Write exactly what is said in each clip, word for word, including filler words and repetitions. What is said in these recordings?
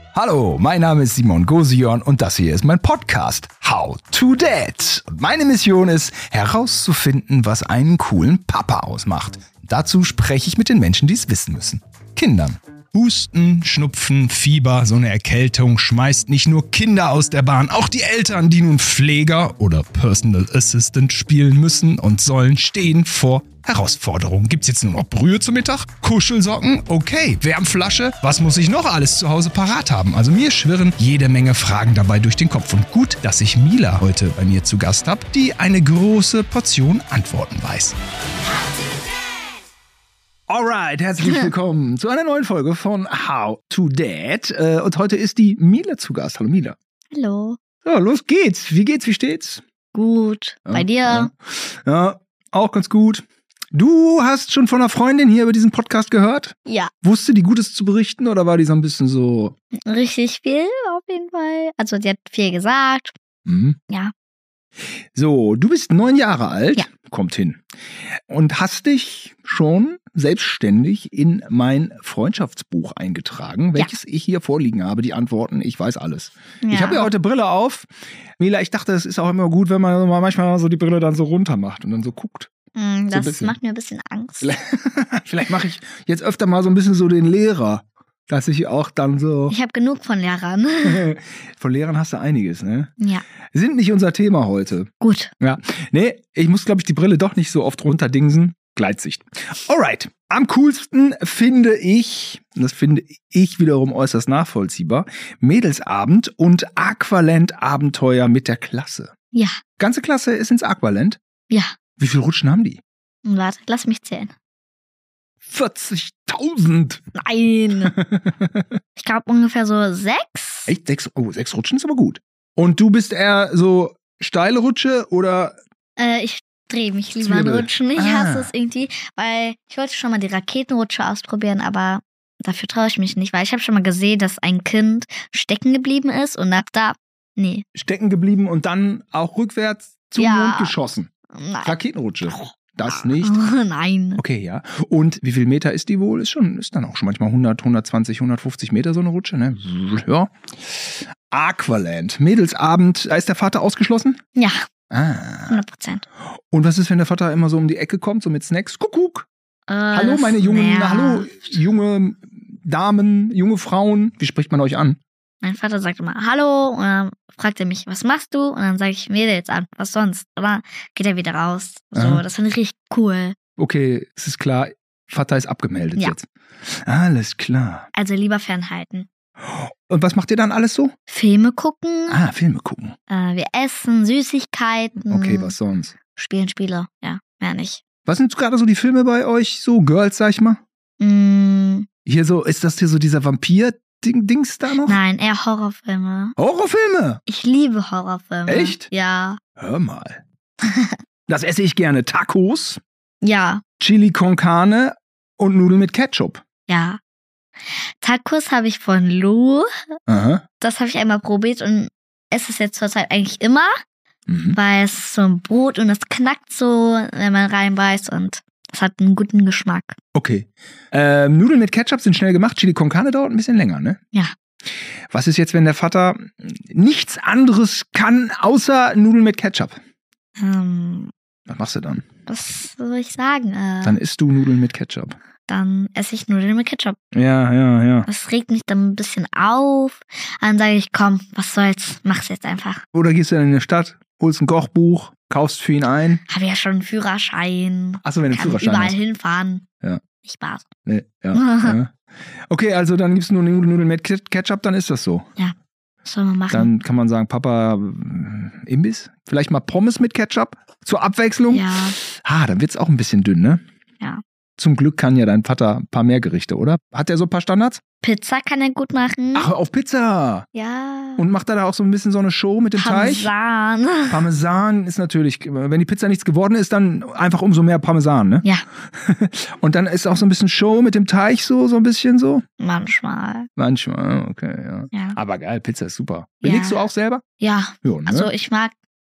Hallo, mein Name ist Simon Gosion und das hier ist mein Podcast How to Dad. Und meine Mission ist, herauszufinden, was einen coolen Papa ausmacht. Dazu spreche ich mit den Menschen, die es wissen müssen. Kindern. Husten, Schnupfen, Fieber, so eine Erkältung schmeißt nicht nur Kinder aus der Bahn, auch die Eltern, die nun Pfleger oder Personal Assistant spielen müssen und sollen, stehen vor Herausforderungen. Gibt's jetzt nur noch Brühe zum Mittag? Kuschelsocken? Okay. Wärmflasche? Was muss ich noch alles zu Hause parat haben? Also mir schwirren jede Menge Fragen dabei durch den Kopf. Und gut, dass ich Mila heute bei mir zu Gast habe, die eine große Portion Antworten weiß. Alright, herzlich willkommen zu einer neuen Folge von How to Dad. Und heute ist die Mila zu Gast. Hallo Mila. Hallo. So, los geht's. Wie geht's? Wie steht's? Gut. Ja, bei dir? Ja. ja, auch ganz gut. Du hast schon von einer Freundin hier über diesen Podcast gehört? Ja. Wusste die Gutes zu berichten oder war die so ein bisschen so... Richtig viel auf jeden Fall. Also sie hat viel gesagt. Mhm. Ja. So, du bist neun Jahre alt. Ja. Kommt hin. Und hast dich schon selbstständig in mein Freundschaftsbuch eingetragen, welches ja. ich hier vorliegen habe. Die Antworten, ich weiß alles. Ja. Ich habe ja heute Brille auf. Mila, ich dachte, es ist auch immer gut, wenn man manchmal so die Brille dann so runter macht und dann so guckt. Das so macht mir ein bisschen Angst. Vielleicht, vielleicht mache ich jetzt öfter mal so ein bisschen so den Lehrer, dass ich auch dann so... Ich habe genug von Lehrern. Von Lehrern hast du einiges, ne? Ja. Sind nicht unser Thema heute. Gut. Ja. Nee, ich muss, glaube ich, die Brille doch nicht so oft runterdingsen. Gleitsicht. Alright. Am coolsten finde ich, das finde ich wiederum äußerst nachvollziehbar, Mädelsabend und Aqualand-Abenteuer mit der Klasse. Ja. Ganze Klasse ist ins Aqualand? Ja. Wie viele Rutschen haben die? Warte, lass mich zählen. vierzigtausend. Nein. Ich glaube ungefähr so sechs. Echt? Sechs? Oh, sechs Rutschen ist aber gut. Und du bist eher so steile Rutsche oder? Äh, ich drehe mich lieber an Rutschen. Ich ah. hasse es irgendwie, weil ich wollte schon mal die Raketenrutsche ausprobieren, aber dafür traue ich mich nicht, weil ich habe schon mal gesehen, dass ein Kind stecken geblieben ist und ab da, nee. Stecken geblieben und dann auch rückwärts zum ja. Mond geschossen. Nein. Raketenrutsche. Das nicht? Nein. Okay, ja. Und wie viel Meter ist die wohl? Ist schon, ist dann auch schon manchmal hundert, hundertzwanzig, hundertfünfzig Meter so eine Rutsche, ne? Ja. Aqualand. Mädelsabend. Da ist der Vater ausgeschlossen? Ja. Ah. hundert Prozent. Und was ist, wenn der Vater immer so um die Ecke kommt, so mit Snacks? Kuckuck. Äh, hallo, meine jungen, nervt. hallo, junge Damen, junge Frauen. Wie spricht man euch an? Mein Vater sagt immer Hallo und dann fragt er mich, was machst du? Und dann sage ich Mädels an, was sonst? Und dann geht er wieder raus. So, Aha. das finde ich richtig cool. Okay, es ist klar, Vater ist abgemeldet ja. jetzt. Alles klar. Also lieber fernhalten. Und was macht ihr dann alles so? Filme gucken. Ah, Filme gucken. Äh, wir essen Süßigkeiten. Okay, was sonst? Spielen Spiele, ja, mehr nicht. Was sind gerade so die Filme bei euch? So Girls, sag ich mal? Mm. Hier so, ist das hier so dieser Vampir-Dings da noch? Nein, eher Horrorfilme. Horrorfilme? Ich liebe Horrorfilme. Echt? Ja. Hör mal. Das esse ich gerne. Tacos, Ja. Chili con Carne und Nudeln mit Ketchup. Ja. Tacos habe ich von Lou. Aha. Das habe ich einmal probiert und esse es jetzt zurzeit eigentlich immer, Mhm. weil es ist so ein Brot und es knackt so, wenn man reinbeißt und es hat einen guten Geschmack. Okay. Ähm, Nudeln mit Ketchup sind schnell gemacht. Chili con Carne dauert ein bisschen länger, ne? Ja. Was ist jetzt, wenn der Vater nichts anderes kann, außer Nudeln mit Ketchup? Ähm, Was machst du dann? was soll ich sagen? Äh, Dann isst du Nudeln mit Ketchup. dann esse ich Nudeln mit Ketchup. Ja, ja, ja. Das regt mich dann ein bisschen auf. Dann sage ich, komm, was soll's, mach's jetzt einfach. Oder gehst du dann in die Stadt, holst ein Kochbuch, kaufst für ihn ein. Habe ja schon einen Führerschein. Achso, wenn du einen Kann Führerschein überall hast. hinfahren. Ja. Nicht Spaß. Nee, ja, ja. Okay, also dann gibt's nur Nudeln mit Ketchup, dann ist das so. Ja, was soll man machen? Dann kann man sagen, Papa, äh, Imbiss? Vielleicht mal Pommes mit Ketchup zur Abwechslung? Ja. Ah, dann wird's auch ein bisschen dünn, ne? Ja. Zum Glück kann ja dein Vater ein paar mehr Gerichte, oder? Hat er so ein paar Standards? Pizza kann er gut machen. Ach, auf Pizza! Ja. Und macht er da auch so ein bisschen so eine Show mit dem Teig? Parmesan. Parmesan ist natürlich, wenn die Pizza nichts geworden ist, dann einfach umso mehr Parmesan, ne? Ja. Und dann ist auch so ein bisschen Show mit dem Teig so, so ein bisschen so? Manchmal. Manchmal, okay, ja. Ja. Aber geil, Pizza ist super. Ja. Belegst du auch selber? Ja. Ja, ne? Also ich mag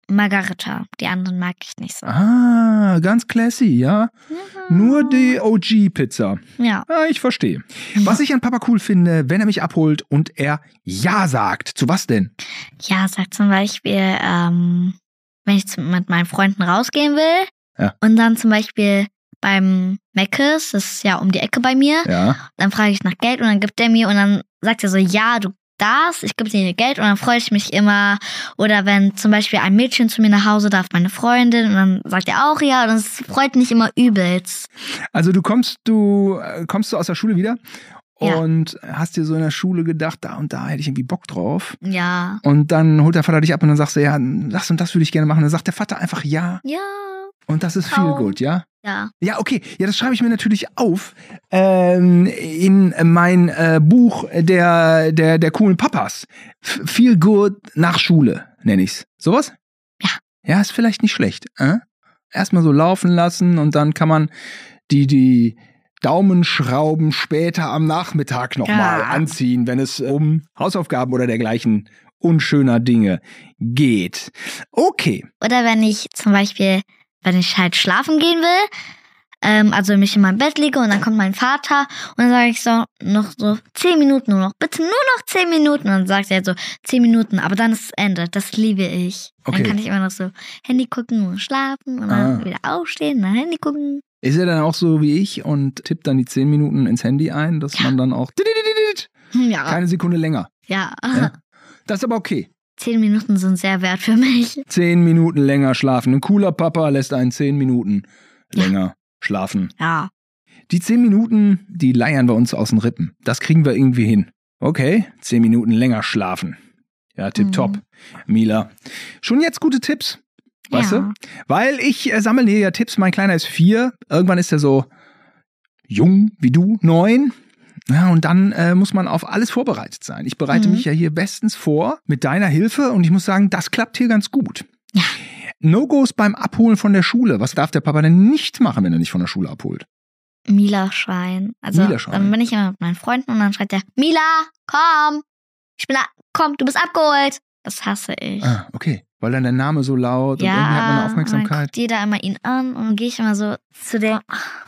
Margarita. Die anderen mag ich nicht so. Ah, ganz classy, ja? Ja. Nur die O G-Pizza. Ja. Ah, ich verstehe. Was ich an Papa cool finde, wenn er mich abholt und er Ja sagt. Zu was denn? Ja, sag zum Beispiel, ähm, wenn ich mit meinen Freunden rausgehen will Ja. und dann zum Beispiel beim Mc's, das ist ja um die Ecke bei mir, Ja. dann frage ich nach Geld und dann gibt er mir und dann sagt er so, ja, du darfst, ich gebe dir Geld und dann freue ich mich immer. Oder wenn zum Beispiel ein Mädchen zu mir nach Hause darf, meine Freundin, und dann sagt er auch ja und das freut mich immer übelst. Also du kommst, du äh, kommst du aus der Schule wieder Ja. und hast dir so in der Schule gedacht, da und da hätte ich irgendwie Bock drauf. Ja. Und dann holt der Vater dich ab und dann sagst du, ja, das und das würde ich gerne machen. Dann sagt der Vater einfach ja. Ja. Und das ist viel Oh. gut, ja? Ja. Ja, okay. Ja, das schreibe ich mir natürlich auf ähm, in mein äh, Buch der, der, der coolen Papas. F- Feel good nach Schule, nenne ich's. Sowas? Ja. Ja, ist vielleicht nicht schlecht. Äh? Erstmal so laufen lassen und dann kann man die, die Daumenschrauben später am Nachmittag nochmal Ja. anziehen, wenn es um Hausaufgaben oder dergleichen unschöner Dinge geht. Okay. Oder wenn ich zum Beispiel, wenn ich halt schlafen gehen will, ähm, also mich in meinem Bett liege und dann kommt mein Vater und dann sage ich so, noch so zehn Minuten nur noch, bitte nur noch zehn Minuten. Und dann sagt er so, zehn Minuten, aber dann ist das Ende, das liebe ich. Okay. Dann kann ich immer noch so Handy gucken und schlafen und dann Ah. wieder aufstehen, dann Handy gucken. Ist er dann auch so wie ich und tippt dann die zehn Minuten ins Handy ein, dass man dann auch Ja, keine Sekunde länger. ja. Ja. Das ist aber okay. Zehn Minuten sind sehr wert für mich. Zehn Minuten länger schlafen. Ein cooler Papa lässt einen zehn Minuten länger schlafen. Ja. Die zehn Minuten, die leiern wir uns aus den Rippen. Das kriegen wir irgendwie hin. Okay, zehn Minuten länger schlafen. Ja, tipptopp. Mhm. Mila. Schon jetzt gute Tipps. Weißt Ja. du? Weil ich äh, sammle hier ja Tipps. Mein Kleiner ist vier. Irgendwann ist er so jung wie du, neun. Ja, und dann äh, muss man auf alles vorbereitet sein. Ich bereite Mhm. mich ja hier bestens vor mit deiner Hilfe und ich muss sagen, das klappt hier ganz gut. Ja. No-Gos beim Abholen von der Schule. Was darf der Papa denn nicht machen, wenn er nicht von der Schule abholt? Mila schreien. Also Mila schreien. dann bin ich immer mit meinen Freunden und dann schreit der, Mila, komm, ich bin da, komm, du bist abgeholt. Das hasse ich. Ah, okay. Weil dann der Name so laut und irgendwie hat man eine ja, und dann Aufmerksamkeit. guckt jeder immer ihn an und dann gehe ich immer so zu dem,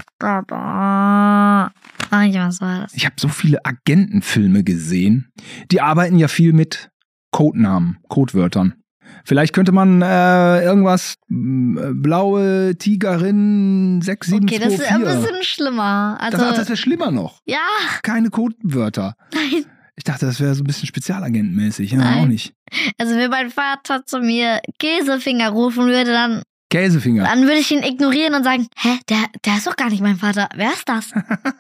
Papa, mach ich immer so was. Ich habe so viele Agentenfilme gesehen. Die arbeiten ja viel mit Codenamen, Codewörtern. Vielleicht könnte man äh, irgendwas äh, blaue Tigerin sechs sieben Okay, zwei das ist ein vier. bisschen schlimmer. Also, Das, das wäre schlimmer noch. ja, Keine Codewörter. nein. Ich dachte, das wäre so ein bisschen spezialagentmäßig. Ja, Nein. auch nicht. Also wenn mein Vater zu mir Käsefinger rufen würde, dann, Käsefinger. dann würde ich ihn ignorieren und sagen, hä, der, der ist doch gar nicht mein Vater. Wer ist das?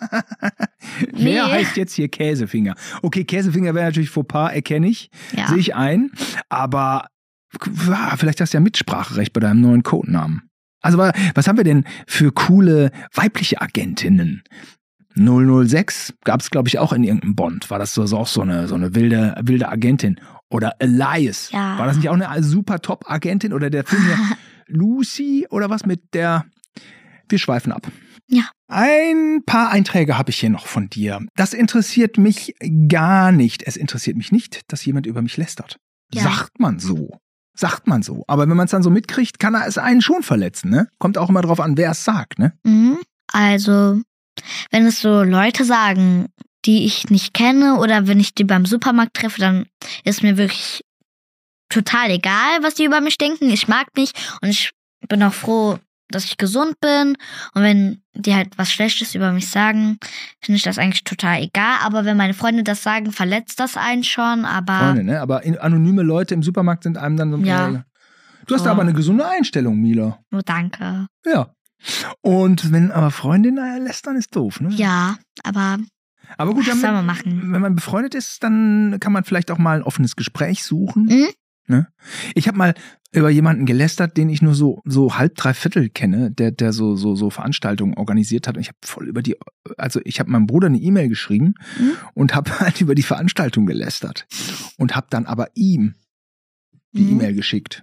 Wer Nee. heißt jetzt hier Käsefinger? Okay, Käsefinger wäre natürlich Fauxpas, erkenne ich. Ja. Sehe ich ein. Aber ja, vielleicht hast du ja Mitspracherecht bei deinem neuen Codenamen. Also wa- was haben wir denn für coole weibliche Agentinnen? null null sechs gab es, glaube ich, auch in irgendeinem Bond. War das so, so auch so eine, so eine wilde, wilde Agentin? Oder Elias. Ja. War das nicht auch eine super Top-Agentin? Oder der Film hier Lucy oder was mit der... Wir schweifen ab. Ja. Ein paar Einträge habe ich hier noch von dir. Das interessiert mich gar nicht. Es interessiert mich nicht, dass jemand über mich lästert. Ja. Sagt man so. Sagt man so. Aber wenn man es dann so mitkriegt, kann er es einen schon verletzen, ne? Kommt auch immer drauf an, wer es sagt, ne? Mhm. Also, wenn es so Leute sagen, die ich nicht kenne oder wenn ich die beim Supermarkt treffe, dann ist mir wirklich total egal, was die über mich denken. Ich mag mich und ich bin auch froh, dass ich gesund bin. Und wenn die halt was Schlechtes über mich sagen, finde ich das eigentlich total egal. Aber wenn meine Freunde das sagen, verletzt das einen schon. Aber Freunde, ne? Aber in, anonyme Leute im Supermarkt sind einem dann so... Ja. Du hast So. aber eine gesunde Einstellung, Mila. nur danke. Ja. Und wenn aber Freundinnen lästern, ist doof, ne? Ja, aber Aber gut, was dann, soll man machen? wenn man befreundet ist, dann kann man vielleicht auch mal ein offenes Gespräch suchen. Mhm. Ne? Ich habe mal über jemanden gelästert, den ich nur so so halb dreiviertel kenne, der der so so so Veranstaltungen organisiert hat. Und ich habe voll über die, also ich habe meinem Bruder eine E-Mail geschrieben Mhm. und habe halt über die Veranstaltung gelästert und habe dann aber ihm die Mhm. E-Mail geschickt.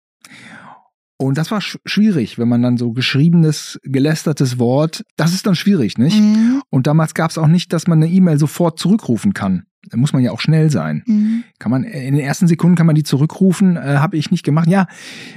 Und das war sch- schwierig, wenn man dann so geschriebenes, gelästertes Wort, das ist dann schwierig, nicht? Mhm. Und damals gab es auch nicht, dass man eine E-Mail sofort zurückrufen kann. Da muss man ja auch schnell sein. Mhm. Kann man, in den ersten Sekunden kann man die zurückrufen, äh, habe ich nicht gemacht. Ja,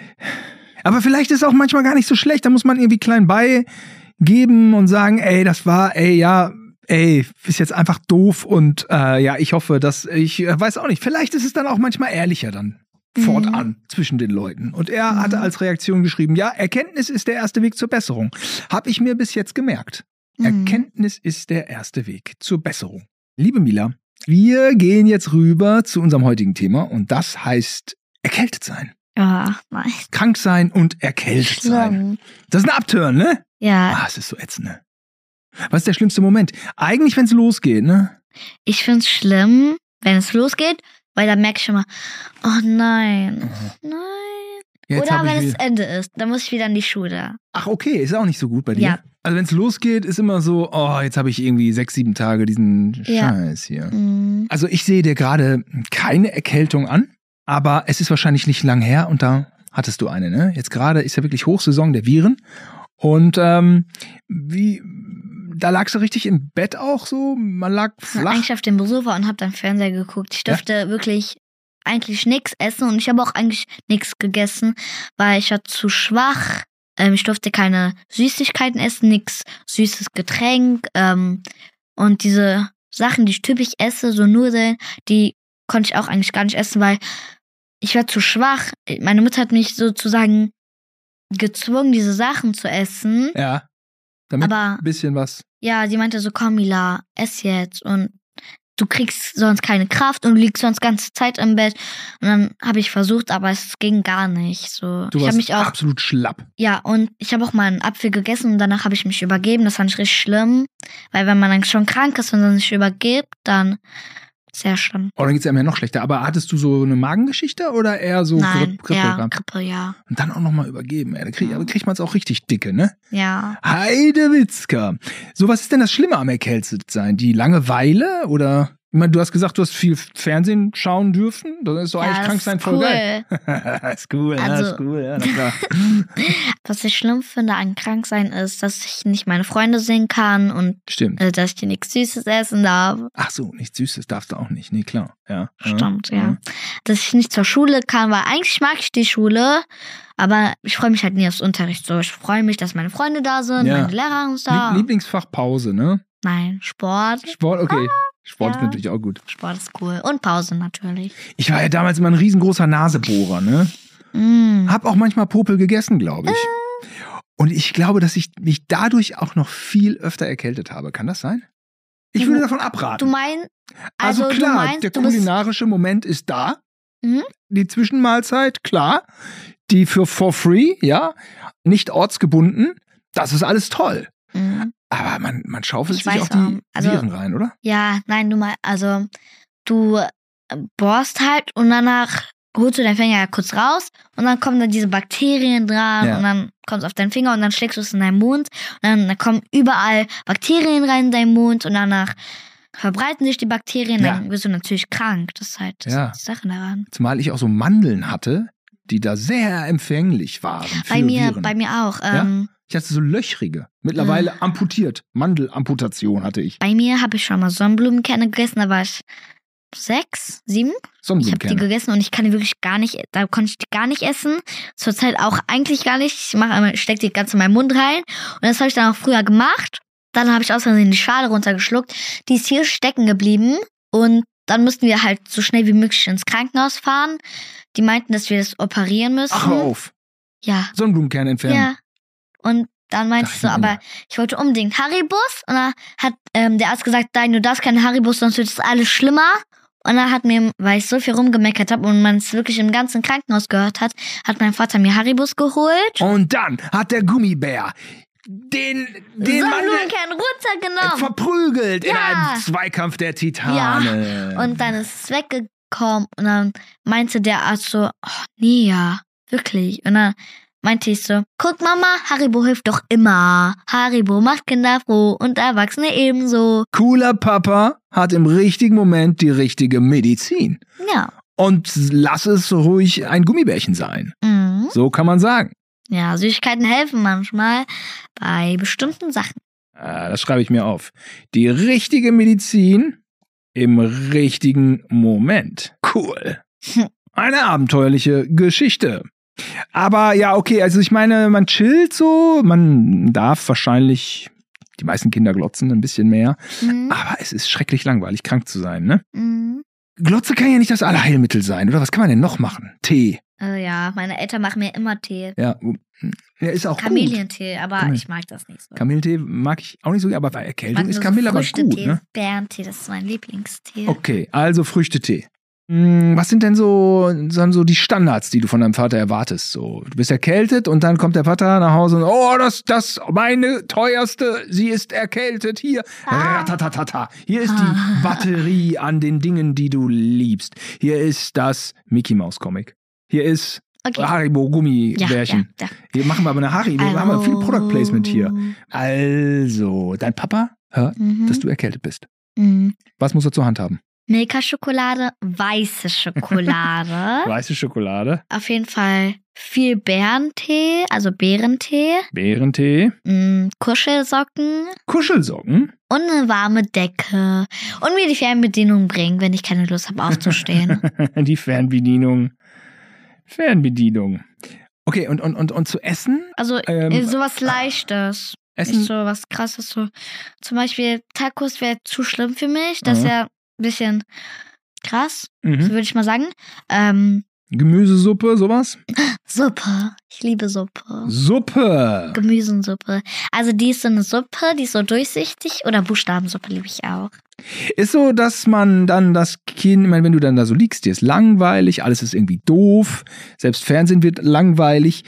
aber vielleicht ist es auch manchmal gar nicht so schlecht. Da muss man irgendwie klein beigeben und sagen, ey, das war, ey, ja, ey, ist jetzt einfach doof und äh, ja, ich hoffe, dass, ich äh, weiß auch nicht, vielleicht ist es dann auch manchmal ehrlicher dann fortan mhm. zwischen den Leuten. Und er mhm. hatte als Reaktion geschrieben, ja, Erkenntnis ist der erste Weg zur Besserung. Habe ich mir bis jetzt gemerkt. Mhm. Erkenntnis ist der erste Weg zur Besserung. Liebe Mila, wir gehen jetzt rüber zu unserem heutigen Thema und das heißt erkältet sein. Ja, nein. Krank sein und erkältet Schlimm. sein. Das ist ein Upturn, ne? Ja. Ah, es ist so ätzend, ne? Was ist der schlimmste Moment? Eigentlich, wenn es losgeht, ne? Ich find's schlimm, wenn es losgeht, weil dann merke ich schon mal, oh nein, mhm. nein. Jetzt Oder wenn es Ende ist, dann muss ich wieder in die Schule. Ach, okay, ist auch nicht so gut bei dir? Ja. Also wenn es losgeht, ist immer so, oh, jetzt habe ich irgendwie sechs, sieben Tage diesen ja. Scheiß hier. Mhm. Also ich sehe dir gerade keine Erkältung an, aber es ist wahrscheinlich nicht lang her und da hattest du eine, ne? Jetzt gerade ist ja wirklich Hochsaison der Viren und ähm, wie... Da lagst du richtig im Bett auch so? Man lag flach? Eigentlich auf dem Sofa und hab dann Fernseher geguckt. Ich durfte ja? wirklich eigentlich nichts essen und ich habe auch eigentlich nichts gegessen, weil ich war zu schwach. Ähm, ich durfte keine Süßigkeiten essen, nichts süßes Getränk. Ähm, und diese Sachen, die ich typisch esse, so Nudeln, die konnte ich auch eigentlich gar nicht essen, weil ich war zu schwach. Meine Mutter hat mich sozusagen gezwungen, diese Sachen zu essen. Ja. Damit aber, ein bisschen was. Ja, sie meinte so, komm Mila, ess jetzt und du kriegst sonst keine Kraft und du liegst sonst ganze Zeit im Bett. Und dann habe ich versucht, aber es ging gar nicht. So. Du ich warst mich auch, absolut schlapp. Ja, und ich habe auch mal einen Apfel gegessen und danach habe ich mich übergeben. Das fand ich richtig schlimm, weil wenn man dann schon krank ist und dann sich übergibt, dann sehr schlimm. Oh, dann geht's einem ja noch schlechter. Aber hattest du so eine Magengeschichte oder eher so Nein, Grippe? Ja, Grippe, ja. Und dann auch nochmal übergeben. Ja, da kriegt ja. krieg man es auch richtig dicke, ne? Ja. Heidewitzka. So, was ist denn das Schlimme am Erkältetsein? Die Langeweile oder... Ich meine, du hast gesagt, du hast viel Fernsehen schauen dürfen. Das ist doch ja, eigentlich krank sein voll cool. geil. ist cool, also, ja, ist cool, ja, na klar. Was ich schlimm finde an Kranksein ist, dass ich nicht meine Freunde sehen kann und Stimmt. Äh, dass ich nichts Süßes essen darf. Ach so, nichts Süßes darfst du auch nicht. Nee, klar. Ja. Stimmt, ja. ja. Dass ich nicht zur Schule kann, weil eigentlich mag ich die Schule, aber ich freue mich halt nie aufs Unterricht. So, ich freue mich, dass meine Freunde da sind, ja. meine Lehrer sind da. Lieblingsfach Pause, ne? Nein, Sport. Sport, okay. Sport ja. ist natürlich auch gut. Sport ist cool. Und Pause natürlich. Ich war ja damals immer ein riesengroßer Nasebohrer, ne? Mm. Hab auch manchmal Popel gegessen, glaube ich. Äh. Und ich glaube, dass ich mich dadurch auch noch viel öfter erkältet habe. Kann das sein? Ich du, würde davon abraten. Du meinst, also, also klar, du meinst, der kulinarische Moment ist da. Mhm. Die Zwischenmahlzeit, klar. Die für for free, ja. Nicht ortsgebunden. Das ist alles toll. Mhm. Aber man, man schaufelt ich sich auch die also, Viren rein, oder? Ja, nein, du mal, also du bohrst halt und danach holst du deinen Finger ja kurz raus und dann kommen da diese Bakterien dran ja. und dann kommt es auf deinen Finger und dann schlägst du es in deinen Mund und dann, dann kommen überall Bakterien rein in deinen Mund und danach verbreiten sich die Bakterien, ja. dann wirst du natürlich krank. Das ist halt das ja. ist die Sache daran. Zumal ich auch so Mandeln hatte, die da sehr empfänglich waren für bei mir, Viren. Bei mir auch. Ja? Ähm, Ich hatte so löchrige. Mittlerweile äh. amputiert. Mandelamputation hatte ich. Bei mir habe ich schon mal Sonnenblumenkerne gegessen. Da war ich sechs, sieben. Ich habe die gegessen und ich kann die wirklich gar nicht, da konnte ich die gar nicht essen. Zurzeit auch eigentlich gar nicht. Ich mache einmal, stecke die ganz in meinen Mund rein. Und das habe ich dann auch früher gemacht. Dann habe ich aus Versehen die Schale runtergeschluckt. Die ist hier stecken geblieben. Und dann mussten wir halt so schnell wie möglich ins Krankenhaus fahren. Die meinten, dass wir das operieren müssen. Ach, hör auf. Ja. Sonnenblumenkerne entfernen. Ja. Und dann meinte ich so, aber ich wollte unbedingt Haribus. Und dann hat ähm, der Arzt gesagt, nein, du darfst keine Haribus, sonst wird es alles schlimmer. Und dann hat mir, weil ich so viel rumgemeckert habe und man es wirklich im ganzen Krankenhaus gehört hat, hat mein Vater mir Haribus geholt. Und dann hat der Gummibär den, den Mann runtergenommen. verprügelt ja. in einem Zweikampf der Titane. Ja. Und dann ist es weggekommen. Und dann meinte der Arzt so, oh, nee, ja, wirklich. Und dann meinte ich so, guck Mama, Haribo hilft doch immer. Haribo macht Kinder froh und Erwachsene ebenso. Cooler Papa hat im richtigen Moment die richtige Medizin. Ja. Und lass es ruhig ein Gummibärchen sein. Mhm. So kann man sagen. Ja, Süßigkeiten helfen manchmal bei bestimmten Sachen. Ah, das schreibe ich mir auf. Die richtige Medizin im richtigen Moment. Cool. Eine abenteuerliche Geschichte. Aber ja, okay, also ich meine, man chillt so, man darf wahrscheinlich, die meisten Kinder glotzen ein bisschen mehr, Mhm. aber es ist schrecklich langweilig, krank zu sein, ne? Mhm. Glotze kann ja nicht das Allerheilmittel sein, oder? Was kann man denn noch machen? Tee. Äh, ja, meine Eltern machen mir immer Tee. Ja, ja ist auch gut. Kamillentee, aber Kamille- ich mag das nicht so. Kamillentee mag ich auch nicht so, aber bei Ich Erkältung mag ist nur Kamille so aber gut, Früchtetee, ne? Bärentee, das ist mein Lieblingstee. Okay, also Früchtetee. Hm, Was sind denn so, sagen so die Standards, die du von deinem Vater erwartest? So, du bist erkältet und dann kommt der Vater nach Hause und oh, das, das, meine teuerste, sie ist erkältet. Hier, Ah. ratatatata. Hier ist die Batterie an den Dingen, die du liebst. Hier ist das Mickey Mouse Comic. Hier ist Okay. Haribo Gummibärchen. Ja, ja, Hier machen wir aber eine Harry. Wir haben ja viel Product Placement hier. Also, dein Papa hört, Mhm. dass du erkältet bist. Mhm. Was muss er zur Hand haben? Milka-Schokolade, weiße Schokolade. Weiße Schokolade, Auf jeden Fall viel Bärentee, also Beerentee, Beerentee, mh, Kuschelsocken Kuschelsocken. und eine warme Decke. Und mir die Fernbedienung bringen, wenn ich keine Lust habe aufzustehen. Die Fernbedienung. Fernbedienung. Okay, und, und, und, und zu essen? Also Ähm, äh, sowas Leichtes. Essen? Nicht so was Krasses. So. Zum Beispiel Tacos wäre zu schlimm für mich. Das Mhm. wäre ein bisschen krass, so Mhm. würde ich mal sagen. Ähm, Gemüsesuppe, sowas? Suppe. Ich liebe Suppe. Suppe. Gemüsensuppe. Also die ist so eine Suppe, die ist so durchsichtig. Oder Buchstabensuppe liebe ich auch. Ist so, dass man dann das Kind, ich meine, wenn du dann da so liegst, dir ist langweilig, alles ist irgendwie doof, selbst Fernsehen wird langweilig.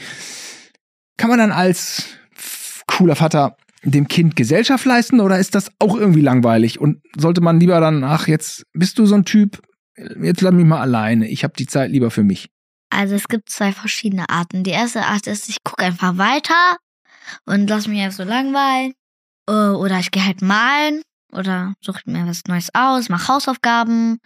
Kann man dann als f- cooler Vater dem Kind Gesellschaft leisten oder ist das auch irgendwie langweilig? Und sollte man lieber dann, ach, jetzt bist du so ein Typ, jetzt lass mich mal alleine, ich habe die Zeit lieber für mich. Also es gibt zwei verschiedene Arten. Die erste Art ist, ich gucke einfach weiter und lass mich einfach so langweilen. Äh, Oder ich gehe halt malen oder suche mir was Neues aus, mache Hausaufgaben.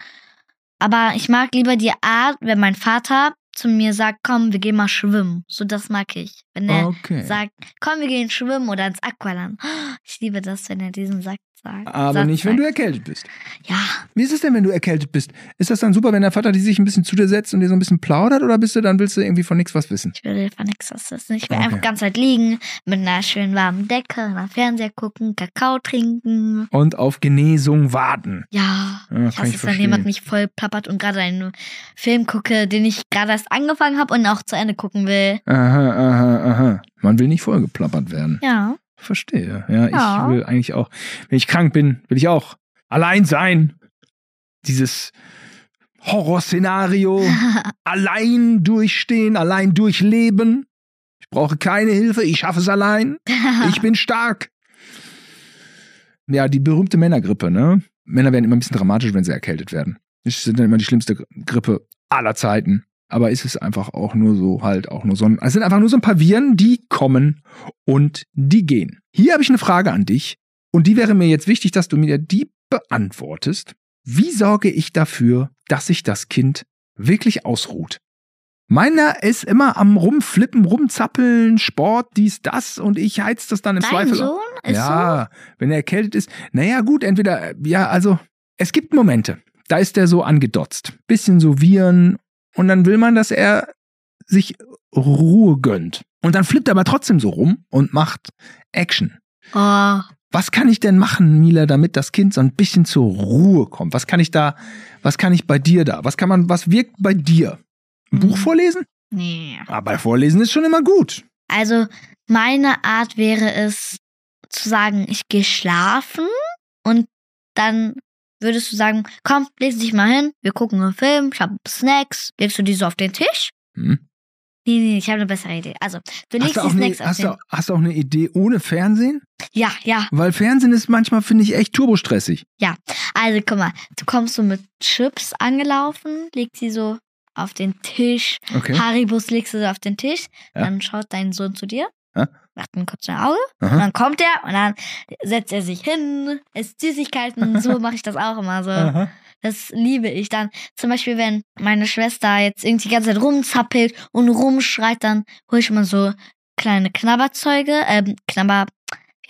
Aber ich mag lieber die Art, wenn mein Vater zu mir sagt, komm, wir gehen mal schwimmen. So, das mag ich. Wenn er Okay. sagt, komm, wir gehen schwimmen oder ins Aqualand. Ich liebe das, wenn er diesen Satz sagt. Aber Satz nicht, wenn du sagt. erkältet bist. Ja, Wie ist es denn, wenn du erkältet bist? Ist das dann super, wenn der Vater die sich ein bisschen zu dir setzt und dir so ein bisschen plaudert oder bist du dann, willst du irgendwie von nichts was wissen? ich will von nichts was wissen. Ich will Okay. einfach die ganze Zeit liegen, mit einer schönen warmen Decke, nach Fernseher gucken, Kakao trinken. Und auf Genesung warten. Ja, Ja, ich kann hasse ich es, wenn jemand verstehen. mich voll plappert und gerade einen Film gucke, den ich gerade erst angefangen habe und auch zu Ende gucken will. Aha, aha, aha. Man will nicht vollgeplappert werden. Ja. Verstehe. Ja, Ja. ich will eigentlich auch, wenn ich krank bin, will ich auch allein sein. Dieses Horrorszenario. Allein durchstehen, allein durchleben. Ich brauche keine Hilfe, ich schaffe es allein. Ich bin stark. Ja, die berühmte Männergrippe, ne? Männer werden immer ein bisschen dramatisch, wenn sie erkältet werden. Das sind dann immer die schlimmste Grippe aller Zeiten. Aber ist es einfach auch nur so, halt auch nur so ein, es sind einfach nur so ein paar Viren, die kommen und die gehen. Hier habe ich eine Frage an dich und die wäre mir jetzt wichtig, dass du mir die beantwortest. Wie sorge ich dafür, dass sich das Kind wirklich ausruht? Meiner ist immer am Rumflippen, Rumzappeln, Sport, dies, das und ich heiz das dann im Dein Zweifel. Sohn ist Ja, wenn er erkältet ist. Naja, gut, entweder, ja, also, es gibt Momente, da ist er so angedotzt. Bisschen so Viren und dann will man, dass er sich Ruhe gönnt. Und dann flippt er aber trotzdem so rum und macht Action. so. Oh, Was kann ich denn machen, Mila, damit das Kind so ein bisschen zur Ruhe kommt? Was kann ich da, was kann ich bei dir da? Was kann man, was wirkt bei dir? Ein Buch Mhm. vorlesen? nee. Aber Vorlesen ist schon immer gut. Also, meine Art wäre es, zu sagen, ich gehe schlafen und dann würdest du sagen, komm, leg dich mal hin, wir gucken einen Film, ich habe Snacks, legst du die so auf den Tisch? Hm? Nee, nee, ich habe eine bessere Idee. Also, du legst Hast du, die auch eine, Snacks auf hast, den... du, hast du auch eine Idee ohne Fernsehen? Ja, ja, Weil Fernsehen ist manchmal, finde ich, echt turbostressig. also guck mal, du kommst so mit Chips angelaufen, legst sie so auf den Tisch, Okay. Haribus legst du so auf den Tisch, Ja. dann schaut dein Sohn zu dir, Ja. macht ein kurzes Auge, und Aha. dann kommt er und dann setzt er sich hin, isst Süßigkeiten, so mache ich das auch immer so. Aha. Das liebe ich dann. Zum Beispiel, wenn meine Schwester jetzt irgendwie die ganze Zeit rumzappelt und rumschreit, dann hole ich immer so kleine Knabberzeuge, ähm, Knabber, wie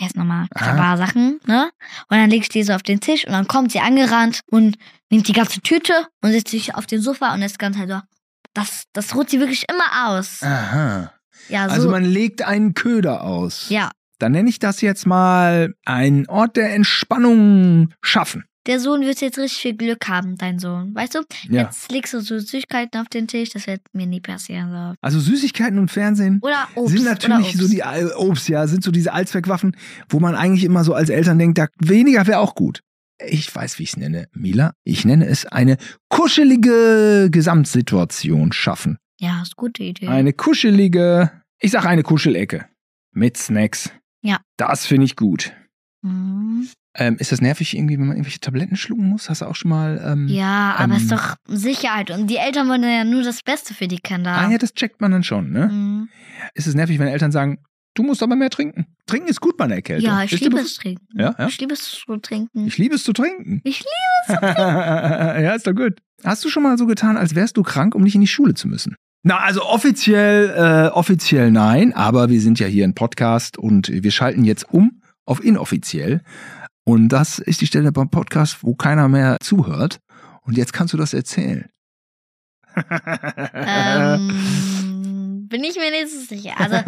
erst nochmal Sachen, ne? Und dann leg ich die so auf den Tisch und dann kommt sie angerannt und nimmt die ganze Tüte und setzt sich auf den Sofa und ist ganz halt so, das, das ruht sie wirklich immer aus. Aha. Ja, so. Also man legt einen Köder aus. Ja. Dann nenne ich das jetzt mal einen Ort der Entspannung schaffen. Der Sohn wird jetzt richtig viel Glück haben, dein Sohn. Weißt du? Ja. Jetzt legst du so Süßigkeiten auf den Tisch, das wird mir nie passieren. So. Also Süßigkeiten und Fernsehen Oder Obst. sind natürlich oder Obst. so die äh, Obst, ja, sind so diese Allzweckwaffen, wo man eigentlich immer so als Eltern denkt, da weniger wäre auch gut. Ich weiß, wie ich es nenne, Mila. Ich nenne es eine kuschelige Gesamtsituation schaffen. Ja, ist eine gute Idee. Eine kuschelige, ich sag eine Kuschelecke mit Snacks. Ja. Das finde ich gut. Mhm. Ähm, ist das nervig irgendwie, wenn man irgendwelche Tabletten schlucken muss? Hast du auch schon mal... Ähm, Ja, aber ähm, ist doch Sicherheit. Und die Eltern wollen ja nur das Beste für die Kinder. Ah ja, das checkt man dann schon, ne? Mhm. Ist es nervig, wenn Eltern sagen, du musst aber mehr trinken. Trinken ist gut bei einer Erkältung. Ja, ich Ist dir liebe bewusst? es trinken. Ja, ja. Ich liebe es zu trinken. Ich liebe es zu trinken. Ich liebe Ja, ist doch gut. Hast du schon mal so getan, als wärst du krank, um nicht in die Schule zu müssen? Na, also offiziell, äh, offiziell nein, aber wir sind ja hier ein Podcast und wir schalten jetzt um auf inoffiziell. Und das ist die Stelle beim Podcast, wo keiner mehr zuhört. Und jetzt kannst du das erzählen. ähm, bin ich mir nicht so sicher. Also,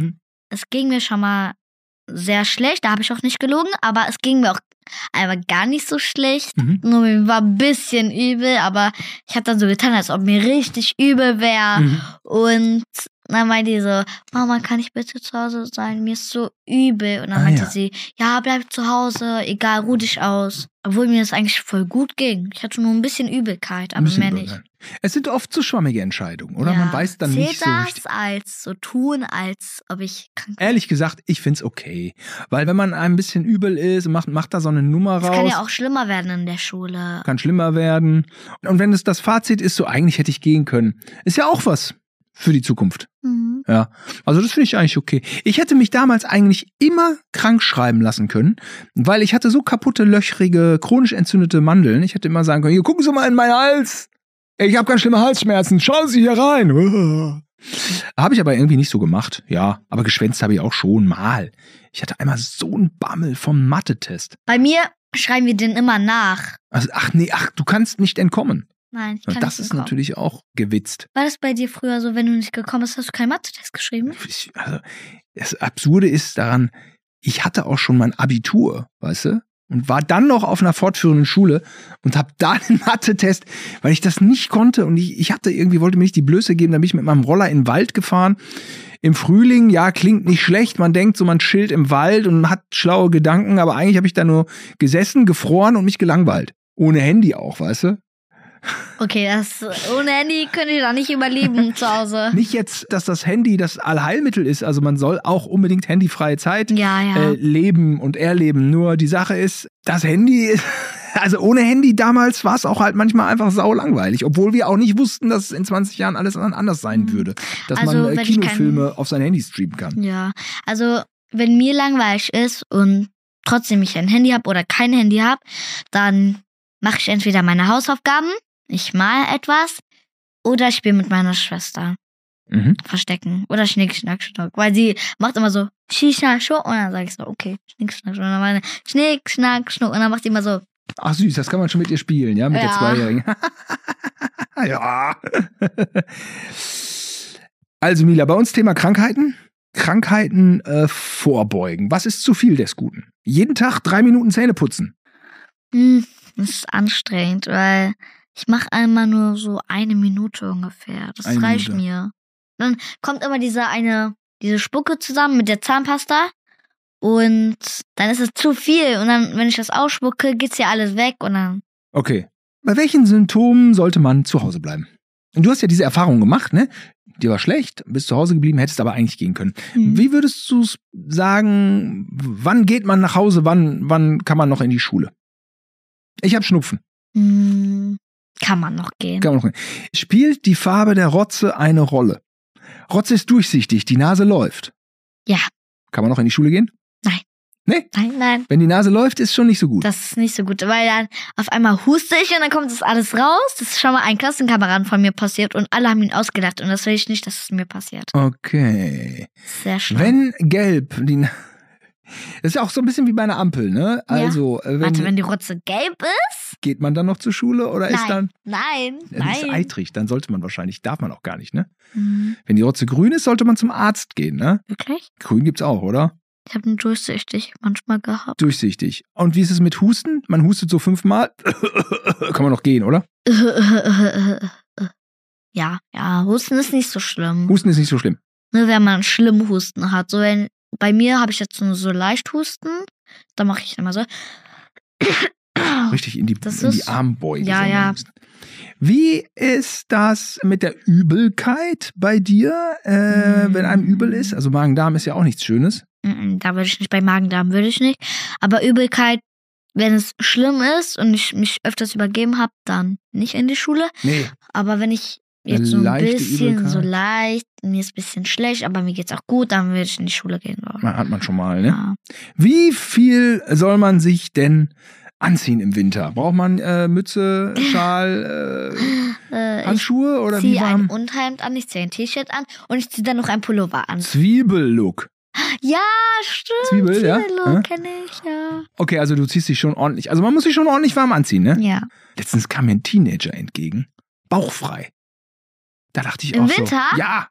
es ging mir schon mal sehr schlecht, da habe ich auch nicht gelogen, aber es ging mir auch einfach gar nicht so schlecht. Mhm. Nur mir war ein bisschen übel, aber ich habe dann so getan, als ob mir richtig übel wäre. Mhm. Und dann meinte die so, Mama, kann ich bitte zu Hause sein? Mir ist so übel. Und dann Ah, meinte ja. sie, ja, bleib zu Hause, egal, ruh dich aus. Obwohl mir das eigentlich voll gut ging. Ich hatte nur ein bisschen Übelkeit, Ein aber bisschen mehr doll, nicht. ja. Es sind oft so schwammige Entscheidungen, oder? Ja. Man weiß dann Zählt nicht so das richtig. als so tun, als ob ich krank bin? Ehrlich gesagt, ich find's okay. Weil wenn man ein bisschen übel ist und macht, macht da so eine Nummer Es raus, kann ja auch schlimmer werden in der Schule. kann schlimmer werden. Und wenn es das Fazit ist, so eigentlich hätte ich gehen können, ist ja auch was für die Zukunft. Mhm. Ja, also das finde ich eigentlich okay. Ich hätte mich damals eigentlich immer krank schreiben lassen können, weil ich hatte so kaputte, löchrige, chronisch entzündete Mandeln. Ich hätte immer sagen können, hier, gucken Sie mal in meinen Hals. Ich habe ganz schlimme Halsschmerzen. Schauen Sie hier rein. Habe ich aber irgendwie nicht so gemacht. Ja, aber geschwänzt habe ich auch schon mal. Ich hatte einmal so einen Bammel vom Mathe-Test. Bei mir schreiben wir den immer nach. Also, ach nee, ach, du kannst nicht entkommen. Nein, ich kann Und das nicht ist bekommen. natürlich auch gewitzt. War das bei dir früher so, wenn du nicht gekommen bist, hast du keinen Mathe-Test geschrieben? Ich, also, das Absurde ist daran, ich hatte auch schon mein Abitur, weißt du? Und war dann noch auf einer fortführenden Schule und habe da den Mathe-Test, weil ich das nicht konnte und ich, ich hatte irgendwie, wollte mir nicht die Blöße geben, dann bin ich mit meinem Roller in den Wald gefahren. Im Frühling, ja, klingt nicht schlecht, man denkt so, man chillt im Wald und hat schlaue Gedanken, aber eigentlich habe ich da nur gesessen, gefroren und mich gelangweilt. Ohne Handy auch, weißt du? Okay, das, ohne Handy könnte ich da nicht überleben zu Hause. Nicht jetzt, dass das Handy das Allheilmittel ist, also man soll auch unbedingt handyfreie Zeit Ja, ja. äh, leben und erleben. Nur die Sache ist, das Handy ist, also ohne Handy damals war es auch halt manchmal einfach saulangweilig, obwohl wir auch nicht wussten, dass es in zwanzig Jahren alles anders sein würde. Dass Also, man äh, wenn ich Kinofilme kein- auf sein Handy streamen kann. Ja, also wenn mir langweilig ist und trotzdem ich ein Handy habe oder kein Handy habe, dann mache ich entweder meine Hausaufgaben, ich mal etwas oder ich spiele mit meiner Schwester Mhm. Verstecken oder Schnick, Schnack, Schnuck, weil sie macht immer so Shisha, Schuh und dann sage ich so, okay, Schnick, Schnack, Schnuck und dann meine Schnick, Schnack, Schnuck und dann macht sie immer so, Ach süß, das kann man schon mit ihr spielen, ja, mit der Ja. Zweijährigen. Ja. Also Mila, bei uns Thema Krankheiten. Krankheiten äh, vorbeugen. Was ist zu viel des Guten? Jeden Tag drei Minuten Zähne putzen. hm, das ist anstrengend, weil ich mache einmal nur so eine Minute ungefähr. Das Eine reicht Minute. mir. Dann kommt immer diese eine, diese Spucke zusammen mit der Zahnpasta und dann ist es zu viel und dann, wenn ich das ausspucke, geht's ja alles weg und dann, Okay. Bei welchen Symptomen sollte man zu Hause bleiben? Und du hast ja diese Erfahrung gemacht, ne? Dir war schlecht, bist zu Hause geblieben, hättest aber eigentlich gehen können. hm. Wie würdest du sagen, wann geht man nach Hause, wann, wann kann man noch in die Schule? Ich habe Schnupfen. Hm, kann man noch gehen. Kann man noch. Spielt die Farbe der Rotze eine Rolle? Rotze ist durchsichtig, die Nase läuft. Ja. Kann man noch in die Schule gehen? Nein. Nee? Nein, nein, Wenn die Nase läuft, ist schon nicht so gut. das ist nicht so gut, weil dann auf einmal huste ich und dann kommt das alles raus. Das ist schon mal ein Klassenkameraden von mir passiert und alle haben ihn ausgelacht und das will ich nicht, dass es mir passiert. Okay. Sehr schlimm. Wenn gelb, die, Das ist ja auch so ein bisschen wie bei einer Ampel, ne? Also, ja. wenn, Warte, wenn die Rotze gelb ist? Geht man dann noch zur Schule oder nein, ist dann... Nein, das nein. ist eitrig, dann sollte man wahrscheinlich, darf man auch gar nicht, ne? Mhm. Wenn die Rotze grün ist, sollte man zum Arzt gehen, ne? Wirklich? Grün gibt's auch, oder? Ich habe einen durchsichtig manchmal gehabt. Durchsichtig. Und wie ist es mit Husten? Man hustet so fünfmal. Kann man noch gehen, oder? Ja, ja, Husten ist nicht so schlimm. Husten ist nicht so schlimm. Nur wenn man schlimm Husten hat. So wenn, bei mir habe ich jetzt nur so leicht Husten. Da mache ich immer so. Richtig in die, Das in die ist- Armbeuge. Ja, soll man ja. husten. Wie ist das mit der Übelkeit bei dir, äh, Mm. wenn einem übel ist? Also Magen-Darm ist ja auch nichts Schönes. Mm, Da würde ich nicht, bei Magen-Darm würde ich nicht. Aber Übelkeit, wenn es schlimm ist und ich mich öfters übergeben habe, dann nicht in die Schule. Nee. Aber wenn ich Eine jetzt so ein leichte bisschen, Übelkeit. so leicht, mir ist ein bisschen schlecht, aber mir geht's auch gut, dann würde ich in die Schule gehen wollen. Hat man schon mal, ne? Ja. Wie viel soll man sich denn anziehen im Winter? Braucht man äh, Mütze, Schal, äh, Äh, ich Handschuhe oder wie ziehe ein warm? Unterhemd an, ich ziehe ein T-Shirt an und ich ziehe dann noch ein Pullover an. Zwiebellook. Ja, stimmt. Zwiebel, ja? Zwiebellook Ja? kenne ich, ja. Okay, also du ziehst dich schon ordentlich. Also man muss sich schon ordentlich warm anziehen, ne? Ja. Letztens kam mir ein Teenager entgegen. Bauchfrei. Da dachte ich Im auch Winter? so. Ja.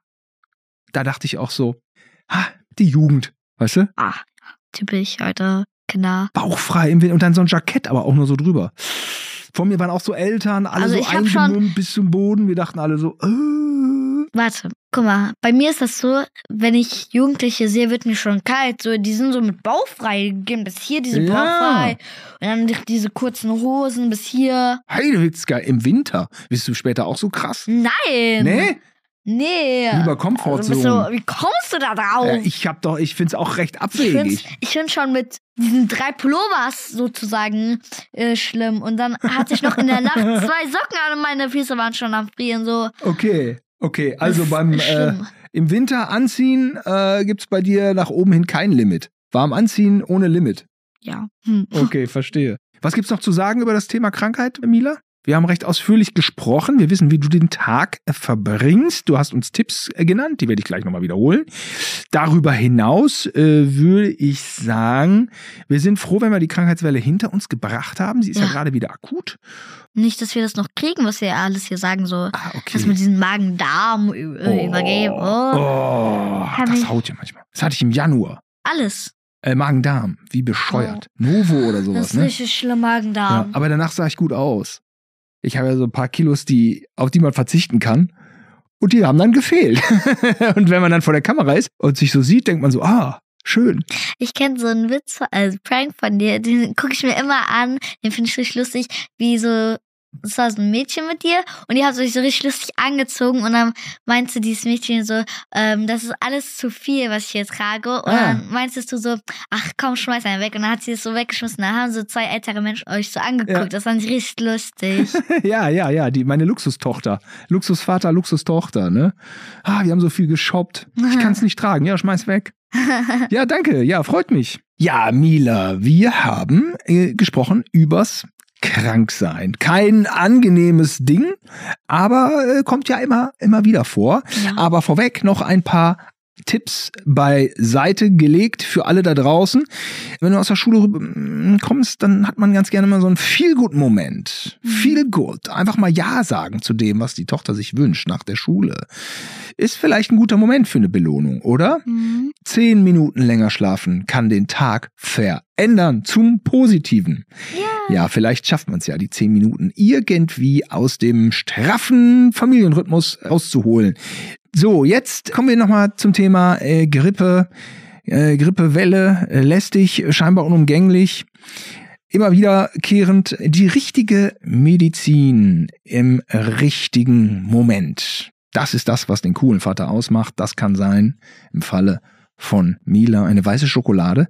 Da dachte ich auch so, ha, die Jugend, weißt du? Ah, typisch, Alter. Kinder. Bauchfrei im Winter und dann so ein Jackett, aber auch nur so drüber. Vor mir waren auch so Eltern, alle Also so ich hab schon- eingemummt bis zum Boden. Wir dachten alle so, äh. Warte, guck mal, bei mir ist das so, wenn ich Jugendliche sehe, wird mir schon kalt. So, die sind so mit bauchfrei, gehen bis hier diese Ja. bauchfrei. Und dann die- diese kurzen Hosen bis hier. Heidewitzka, im Winter. Bist du später auch so krass? Nein. Nee? Nee. Lieber Also Komfortzone. bist du, wie kommst du da drauf? Äh, ich hab doch, ich find's auch recht Ich find's, abwegig. ich find's schon mit diesen drei Pullovers sozusagen äh, schlimm. Und dann hatte ich noch in der Nacht zwei Socken an und meine Füße waren schon am Frieren. So. Okay, okay. Also Das beim ist äh, schlimm. im Winter anziehen äh, gibt's bei dir nach oben hin kein Limit. Warm anziehen ohne Limit. Ja. Hm. Okay, verstehe. Was gibt's noch zu sagen über das Thema Krankheit, Mila? Wir haben recht ausführlich gesprochen. Wir wissen, wie du den Tag äh, verbringst. Du hast uns Tipps äh, genannt, die werde ich gleich nochmal wiederholen. Darüber hinaus äh, würde ich sagen, wir sind froh, wenn wir die Krankheitswelle hinter uns gebracht haben. Sie ist ja, Ja. gerade wieder akut. Nicht, dass wir das noch kriegen, was wir alles hier sagen, so. Ah, okay. Das mit diesem Magen-Darm ü- äh, übergeben. Oh. Oh, Hab das ich- haut ja manchmal. Das hatte ich im Januar. Alles. Äh, Magen-Darm, wie bescheuert. Novo oder Das sowas, ist ne? richtig schlimm, Ja, Magen-Darm. aber danach sah ich gut aus. Ich habe ja so ein paar Kilos, die, auf die man verzichten kann. Und die haben dann gefehlt. Und wenn man dann vor der Kamera ist und sich so sieht, denkt man so, ah, schön. Ich kenne so einen Witz, also Prank von dir, den gucke ich mir immer an, den finde ich richtig lustig, wie so, es war so ein Mädchen mit dir und die hat sich so richtig lustig angezogen und dann meinte dieses Mädchen so, ähm, das ist alles zu viel, was ich hier trage. Und Ah. dann meintest du so, ach komm, schmeiß einen weg. Und dann hat sie es so weggeschmissen. Dann haben so zwei ältere Menschen euch so angeguckt. Ja. Das fand ich richtig lustig. Ja, ja, ja, die, meine Luxustochter. Luxusvater, Luxustochter, ne? Ah, wir haben so viel geshoppt. Ich kann es nicht tragen. Ja, schmeiß weg. Ja, danke. Ja, freut mich. Ja, Mila, wir haben äh, gesprochen übers Kranksein. Kein angenehmes Ding, aber äh, kommt ja immer, immer wieder vor. Ja. Aber vorweg noch ein paar Tipps beiseite gelegt für alle da draußen. Wenn du aus der Schule rüber- kommst, dann hat man ganz gerne mal so einen Feel-Good-Moment. Mhm. Feel-Good. Einfach mal Ja sagen zu dem, was die Tochter sich wünscht nach der Schule. Ist vielleicht ein guter Moment für eine Belohnung, oder? Mhm. Zehn Minuten länger schlafen kann den Tag verändern zum Positiven. Ja. Ja, vielleicht schafft man es ja, die zehn Minuten irgendwie aus dem straffen Familienrhythmus rauszuholen. So, jetzt kommen wir nochmal zum Thema äh, Grippe, äh, Grippewelle, äh, lästig, scheinbar unumgänglich. Immer wiederkehrend die richtige Medizin im richtigen Moment. Das ist das, was den coolen Vater ausmacht. Das kann sein, im Falle von Mila, eine weiße Schokolade.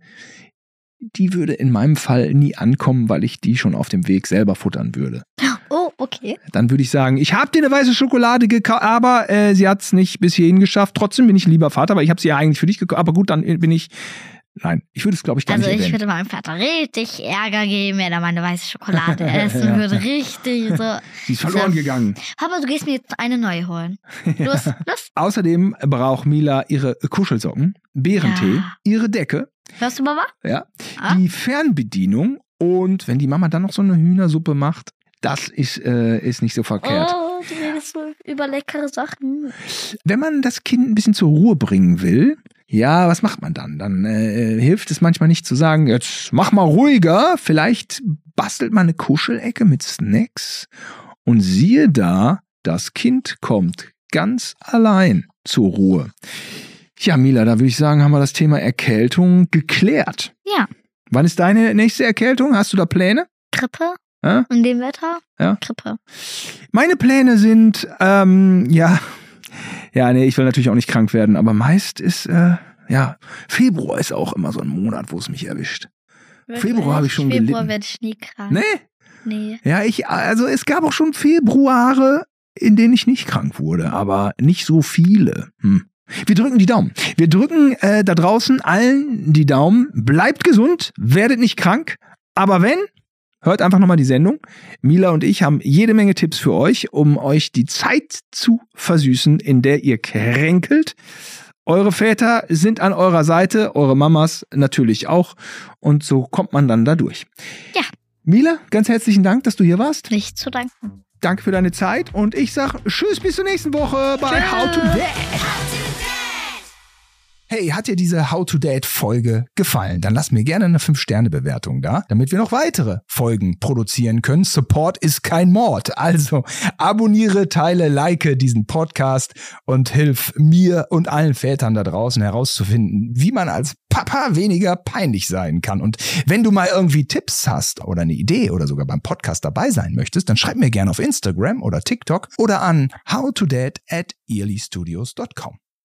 Die würde in meinem Fall nie ankommen, weil ich die schon auf dem Weg selber futtern würde. Oh, okay. Dann würde ich sagen, ich habe dir eine weiße Schokolade gekauft, aber äh, sie hat es nicht bis hierhin geschafft. Trotzdem bin ich ein lieber Vater, aber ich habe sie ja eigentlich für dich gekauft. Aber gut, dann bin ich... Nein, ich würde es, glaube ich, gar Also nicht ich erwähnen. würde meinem Vater richtig Ärger geben, wenn er meine weiße Schokolade essen Ja. würde. Richtig so. Sie ist verloren so. gegangen. Papa, du gehst mir jetzt eine neue holen. Los, los. Außerdem braucht Mila ihre Kuschelsocken, Bärentee, Ja. ihre Decke Hörst du, Mama? Ja. Ah? Die Fernbedienung und wenn die Mama dann noch so eine Hühnersuppe macht, das ist, äh, ist nicht so verkehrt. Oh, du redest so über leckere Sachen. Wenn man das Kind ein bisschen zur Ruhe bringen will, ja, was macht man dann? Dann äh, hilft es manchmal nicht zu sagen, jetzt mach mal ruhiger. Vielleicht bastelt man eine Kuschelecke mit Snacks und siehe da, das Kind kommt ganz allein zur Ruhe. Ja, Mila, da würde ich sagen, haben wir das Thema Erkältung geklärt. Ja. Wann ist deine nächste Erkältung? Hast du da Pläne? Grippe? Ja? In dem Wetter? Ja. Grippe. Meine Pläne sind, ähm, ja, ja, nee, ich will natürlich auch nicht krank werden, aber meist ist, äh, ja, Februar ist auch immer so ein Monat, wo es mich erwischt. Wirklich? Februar habe ich schon Februar gelitten. werde ich nie krank. Nee? Nee. Ja, ich, also es gab auch schon Februare, in denen ich nicht krank wurde, aber nicht so viele. Hm. Wir drücken die Daumen. Wir drücken äh, da draußen allen die Daumen. Bleibt gesund, werdet nicht krank. Aber wenn, hört einfach nochmal die Sendung. Mila und ich haben jede Menge Tipps für euch, um euch die Zeit zu versüßen, in der ihr kränkelt. Eure Väter sind an eurer Seite, eure Mamas natürlich auch. Und so kommt man dann da durch. Ja. Mila, ganz herzlichen Dank, dass du hier warst. Nicht zu danken. Danke für deine Zeit und ich sag tschüss, bis zur nächsten Woche bei Tschüss. How to Dad. Hey, hat dir diese How to Dad Folge gefallen? Dann lass mir gerne eine fünf Sterne Bewertung da, damit wir noch weitere Folgen produzieren können. Support ist kein Mord. Also abonniere, teile, like diesen Podcast und hilf mir und allen Vätern da draußen herauszufinden, wie man als Papa weniger peinlich sein kann. Und wenn du mal irgendwie Tipps hast oder eine Idee oder sogar beim Podcast dabei sein möchtest, dann schreib mir gerne auf Instagram oder TikTok oder an howtodad at earlystudios dot com.